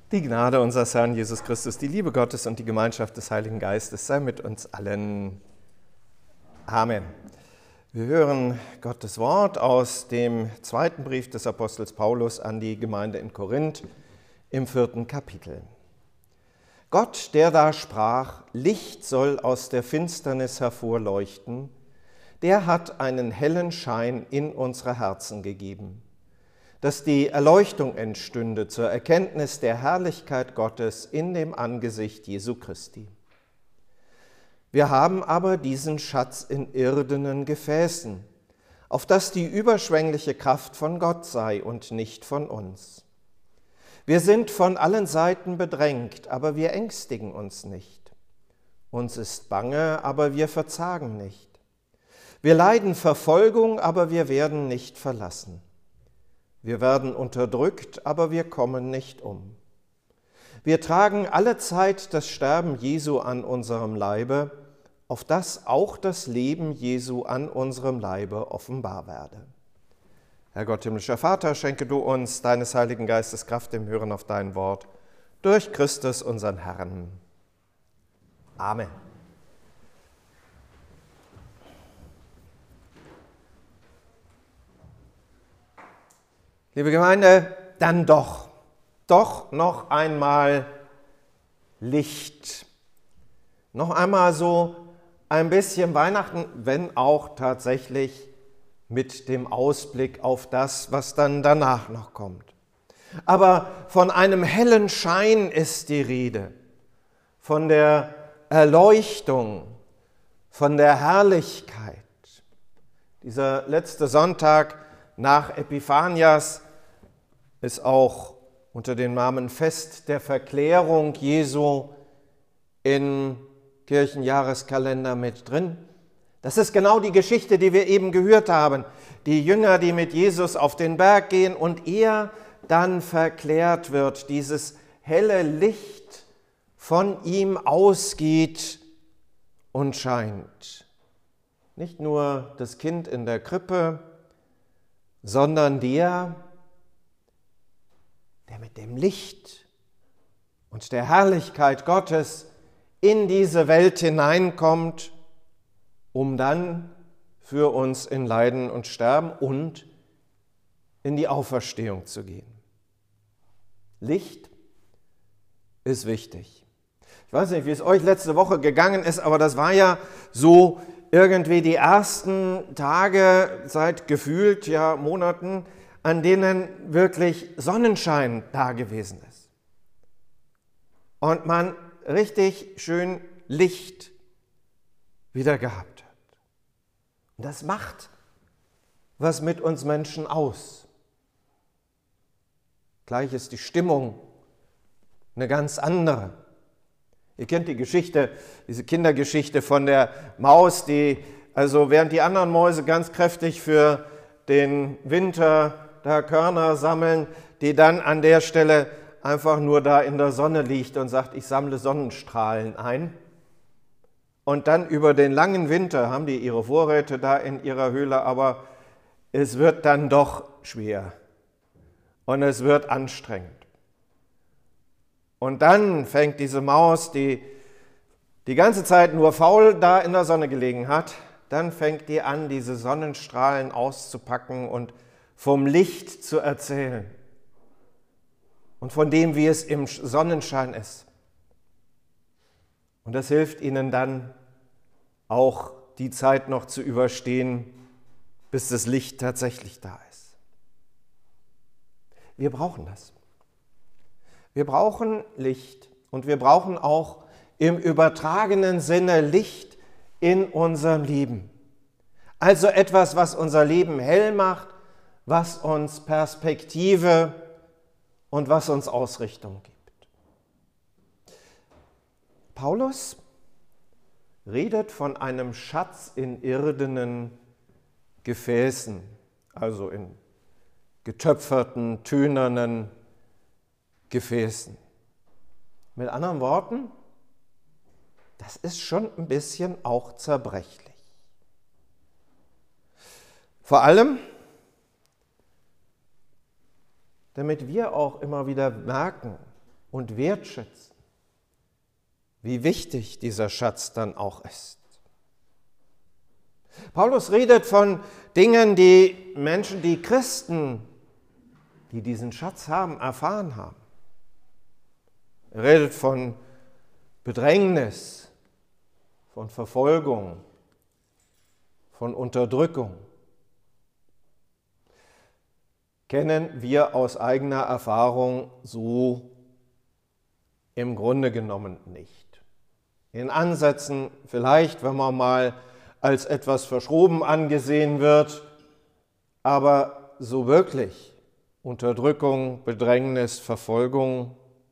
Die Gnade unseres Herrn Jesus Christus, die Liebe Gottes und die Gemeinschaft des Heiligen Geistes sei mit uns allen. Amen. Wir hören Gottes Wort aus dem zweiten Brief des Apostels Paulus an die Gemeinde in Korinth im 4. Kapitel. Gott, der da sprach, Licht soll aus der Finsternis hervorleuchten, der hat einen hellen Schein in unsere Herzen gegeben, dass die Erleuchtung entstünde zur Erkenntnis der Herrlichkeit Gottes in dem Angesicht Jesu Christi. Wir haben aber diesen Schatz in irdenen Gefäßen, auf dass die überschwängliche Kraft von Gott sei und nicht von uns. Wir sind von allen Seiten bedrängt, aber wir ängstigen uns nicht. Uns ist bange, aber wir verzagen nicht. Wir leiden Verfolgung, aber wir werden nicht verlassen. Wir werden unterdrückt, aber wir kommen nicht um. Wir tragen allezeit das Sterben Jesu an unserem Leibe, auf dass auch das Leben Jesu an unserem Leibe offenbar werde. Herr Gott, himmlischer Vater, schenke du uns deines Heiligen Geistes Kraft im Hören auf dein Wort, durch Christus unseren Herrn. Amen. Liebe Gemeinde, dann doch noch einmal Licht. Noch einmal so ein bisschen Weihnachten, wenn auch tatsächlich mit dem Ausblick auf das, was dann danach noch kommt. Aber von einem hellen Schein ist die Rede, von der Erleuchtung, von der Herrlichkeit. Dieser letzte Sonntag nach Epiphanias ist auch unter dem Namen Fest der Verklärung Jesu im Kirchenjahreskalender mit drin. Das ist genau die Geschichte, die wir eben gehört haben. Die Jünger, die mit Jesus auf den Berg gehen und er dann verklärt wird, dieses helle Licht von ihm ausgeht und scheint. Nicht nur das Kind in der Krippe, sondern der mit dem Licht und der Herrlichkeit Gottes in diese Welt hineinkommt, um dann für uns in Leiden und Sterben und in die Auferstehung zu gehen. Licht ist wichtig. Ich weiß nicht, wie es euch letzte Woche gegangen ist, aber das war ja so irgendwie die ersten Tage seit gefühlt Monaten, an denen wirklich Sonnenschein da gewesen ist. Und man richtig schön Licht wieder gehabt hat. Und das macht was mit uns Menschen aus. Gleich ist die Stimmung eine ganz andere. Ihr kennt die Geschichte, diese Kindergeschichte von der Maus, die, also während die anderen Mäuse ganz kräftig für den Winter da Körner sammeln, die dann an der Stelle einfach nur da in der Sonne liegt und sagt, ich sammle Sonnenstrahlen ein. Und dann über den langen Winter haben die ihre Vorräte da in ihrer Höhle, aber es wird dann doch schwer und es wird anstrengend. Und dann fängt diese Maus, die die ganze Zeit nur faul da in der Sonne gelegen hat, dann fängt die an, diese Sonnenstrahlen auszupacken und vom Licht zu erzählen und von dem, wie es im Sonnenschein ist. Und das hilft ihnen dann auch, die Zeit noch zu überstehen, bis das Licht tatsächlich da ist. Wir brauchen das. Wir brauchen Licht und wir brauchen auch im übertragenen Sinne Licht in unserem Leben. Also etwas, was unser Leben hell macht, was uns Perspektive und was uns Ausrichtung gibt. Paulus redet von einem Schatz in irdenen Gefäßen, also in getöpferten, tönernen Gefäßen. Mit anderen Worten, das ist schon ein bisschen auch zerbrechlich. Vor allem, damit wir auch immer wieder merken, und wertschätzen, wie wichtig dieser Schatz dann auch ist. Paulus redet von Dingen, die Menschen, die Christen, die diesen Schatz haben, erfahren haben. Er redet von Bedrängnis, von Verfolgung, von Unterdrückung. Kennen wir aus eigener Erfahrung so im Grunde genommen nicht. In Ansätzen vielleicht, wenn man mal als etwas verschroben angesehen wird, aber so wirklich Unterdrückung, Bedrängnis, Verfolgung.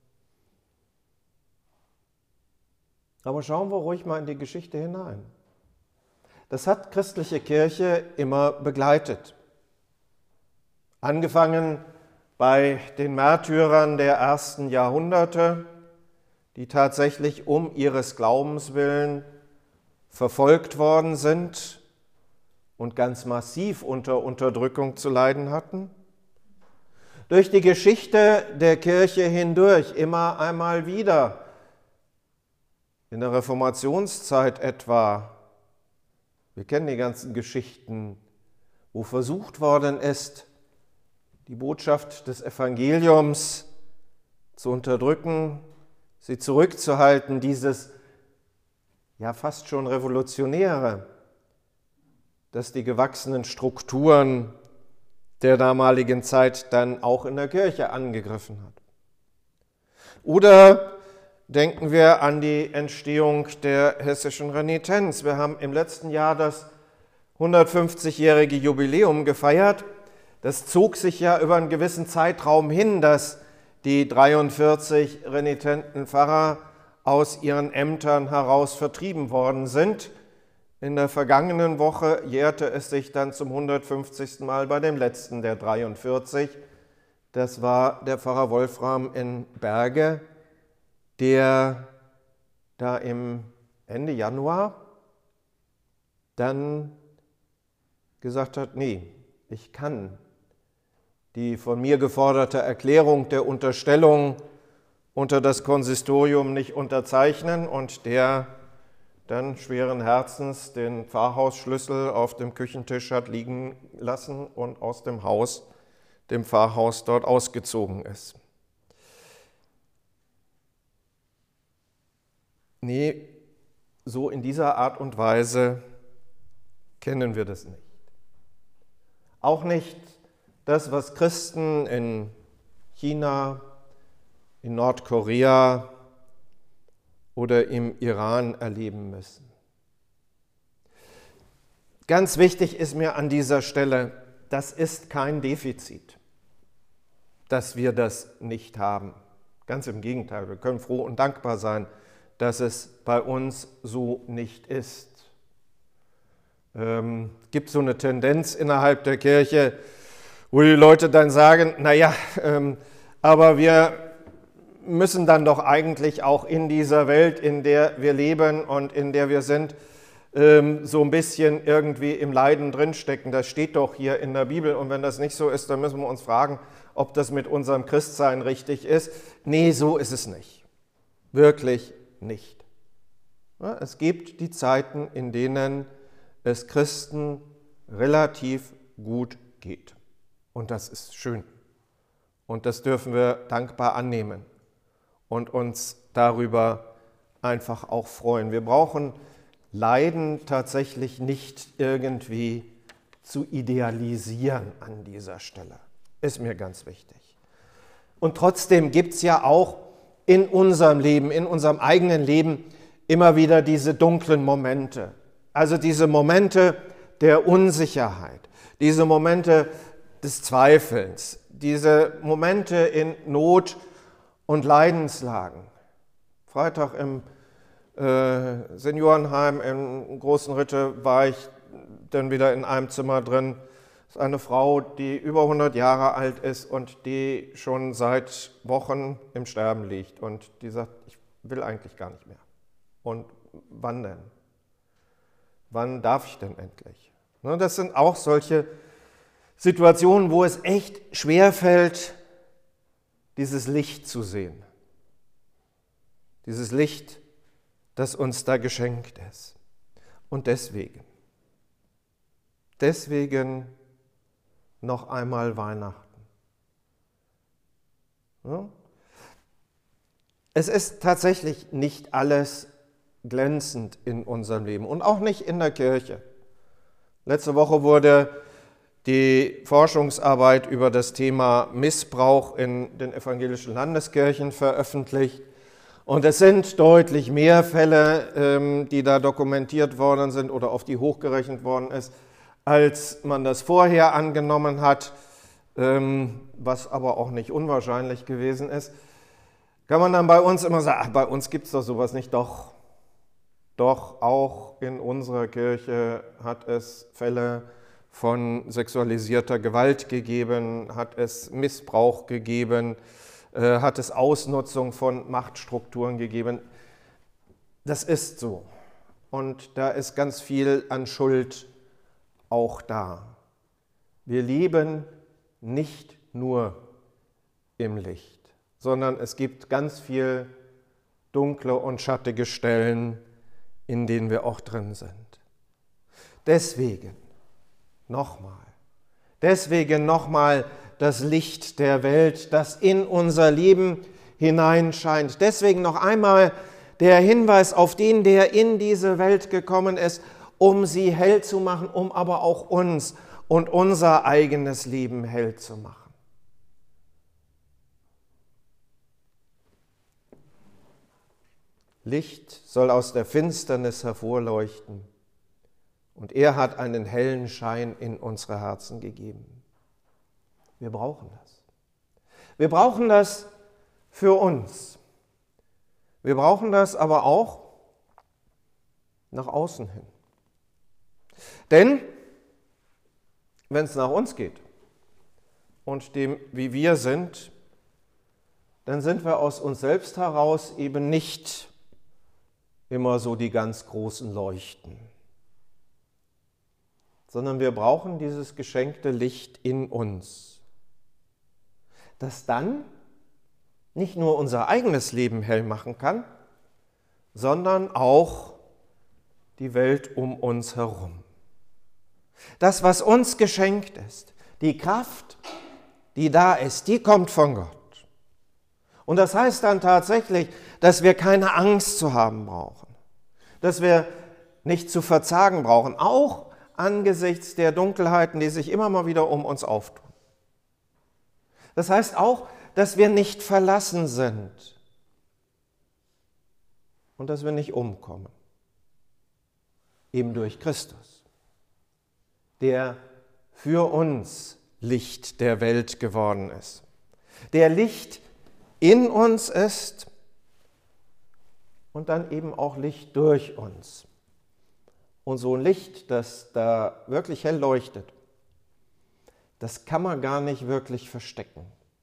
Aber schauen wir ruhig mal in die Geschichte hinein. Das hat christliche Kirche immer begleitet. Angefangen bei den Märtyrern der ersten Jahrhunderte, die tatsächlich um ihres Glaubens willen verfolgt worden sind und ganz massiv unter Unterdrückung zu leiden hatten. Durch die Geschichte der Kirche hindurch immer einmal wieder, in der Reformationszeit etwa, wir kennen die ganzen Geschichten, wo versucht worden ist, die Botschaft des Evangeliums zu unterdrücken, sie zurückzuhalten, dieses ja fast schon Revolutionäre, das die gewachsenen Strukturen der damaligen Zeit dann auch in der Kirche angegriffen hat. Oder denken wir an die Entstehung der hessischen Renitenz. Wir haben im letzten Jahr das 150-jährige Jubiläum gefeiert. Das zog sich ja über einen gewissen Zeitraum hin, dass die 43 renitenten Pfarrer aus ihren Ämtern heraus vertrieben worden sind. In der vergangenen Woche jährte es sich dann zum 150. Mal bei dem letzten der 43. Das war der Pfarrer Wolfram in Berge, der da im Ende Januar dann gesagt hat, nee, ich kann die von mir geforderte Erklärung der Unterstellung unter das Konsistorium nicht unterzeichnen und der dann schweren Herzens den Pfarrhausschlüssel auf dem Küchentisch hat liegen lassen und aus dem Haus, dem Pfarrhaus dort ausgezogen ist. Nee, so in dieser Art und Weise kennen wir das nicht. Auch nicht das, was Christen in China, in Nordkorea oder im Iran erleben müssen. Ganz wichtig ist mir an dieser Stelle, das ist kein Defizit, dass wir das nicht haben. Ganz im Gegenteil, wir können froh und dankbar sein, dass es bei uns so nicht ist. Gibt so eine Tendenz innerhalb der Kirche, wo die Leute dann sagen, naja, aber wir müssen dann doch eigentlich auch in dieser Welt, in der wir leben und in der wir sind, so ein bisschen irgendwie im Leiden drinstecken. Das steht doch hier in der Bibel und wenn das nicht so ist, dann müssen wir uns fragen, ob das mit unserem Christsein richtig ist. Nee, so ist es nicht. Wirklich nicht. Ja, es gibt die Zeiten, in denen es Christen relativ gut geht. Und das ist schön. Und das dürfen wir dankbar annehmen und uns darüber einfach auch freuen. Wir brauchen Leiden tatsächlich nicht irgendwie zu idealisieren an dieser Stelle. Ist mir ganz wichtig. Und trotzdem gibt es ja auch in unserem Leben, in unserem eigenen Leben immer wieder diese dunklen Momente. Also diese Momente der Unsicherheit, diese Momente des Zweifelns, diese Momente in Not und Leidenslagen. Freitag im Seniorenheim in Großen Ritte war ich dann wieder in einem Zimmer drin. Das ist eine Frau, die über 100 Jahre alt ist und die schon seit Wochen im Sterben liegt. Und die sagt, ich will eigentlich gar nicht mehr. Und wann denn? Wann darf ich denn endlich? Das sind auch solche Situationen, wo es echt schwerfällt, dieses Licht zu sehen. dieses Licht, das uns da geschenkt ist. Und deswegen noch einmal Weihnachten. Ja? Es ist tatsächlich nicht alles glänzend in unserem Leben und auch nicht in der Kirche. Letzte Woche wurde die Forschungsarbeit über das Thema Missbrauch in den evangelischen Landeskirchen veröffentlicht. Und es sind deutlich mehr Fälle, die da dokumentiert worden sind oder auf die hochgerechnet worden ist, als man das vorher angenommen hat, was aber auch nicht unwahrscheinlich gewesen ist. Kann man dann bei uns immer sagen, ach, bei uns gibt es doch sowas nicht. Doch, auch in unserer Kirche hat es Fälle von sexualisierter Gewalt gegeben, hat es Missbrauch gegeben, hat es Ausnutzung von Machtstrukturen gegeben. Das ist so. Und da ist ganz viel an Schuld auch da. Wir leben nicht nur im Licht, sondern es gibt ganz viel dunkle und schattige Stellen, in denen wir auch drin sind. Deswegen nochmal das Licht der Welt, das in unser Leben hineinscheint. Deswegen noch einmal der Hinweis auf den, der in diese Welt gekommen ist, um sie hell zu machen, um aber auch uns und unser eigenes Leben hell zu machen. Licht soll aus der Finsternis hervorleuchten und er hat einen hellen Schein in unsere Herzen gegeben. Wir brauchen das. Wir brauchen das für uns. Wir brauchen das aber auch nach außen hin. Denn wenn es nach uns geht und dem, wie wir sind, dann sind wir aus uns selbst heraus eben nicht immer so die ganz großen Leuchten, sondern wir brauchen dieses geschenkte Licht in uns, das dann nicht nur unser eigenes Leben hell machen kann, sondern auch die Welt um uns herum. Das, was uns geschenkt ist, die Kraft, die da ist, die kommt von Gott. Und das heißt dann tatsächlich, dass wir keine Angst zu haben brauchen, dass wir nicht zu verzagen brauchen, auch angesichts der Dunkelheiten, die sich immer mal wieder um uns auftun. Das heißt auch, dass wir nicht verlassen sind und dass wir nicht umkommen, eben durch Christus, der für uns Licht der Welt geworden ist, der Licht in uns ist und dann eben auch Licht durch uns. Und so ein Licht, das da wirklich hell leuchtet, das kann man gar nicht wirklich verstecken,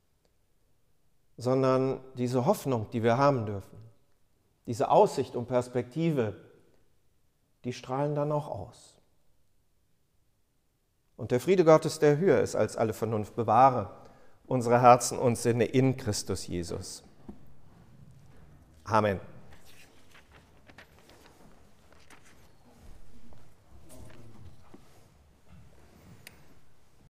sondern diese Hoffnung, die wir haben dürfen, diese Aussicht und Perspektive, die strahlen dann auch aus. Und der Friede Gottes, der höher ist als alle Vernunft, bewahre unsere Herzen und Sinne in Christus Jesus. Amen.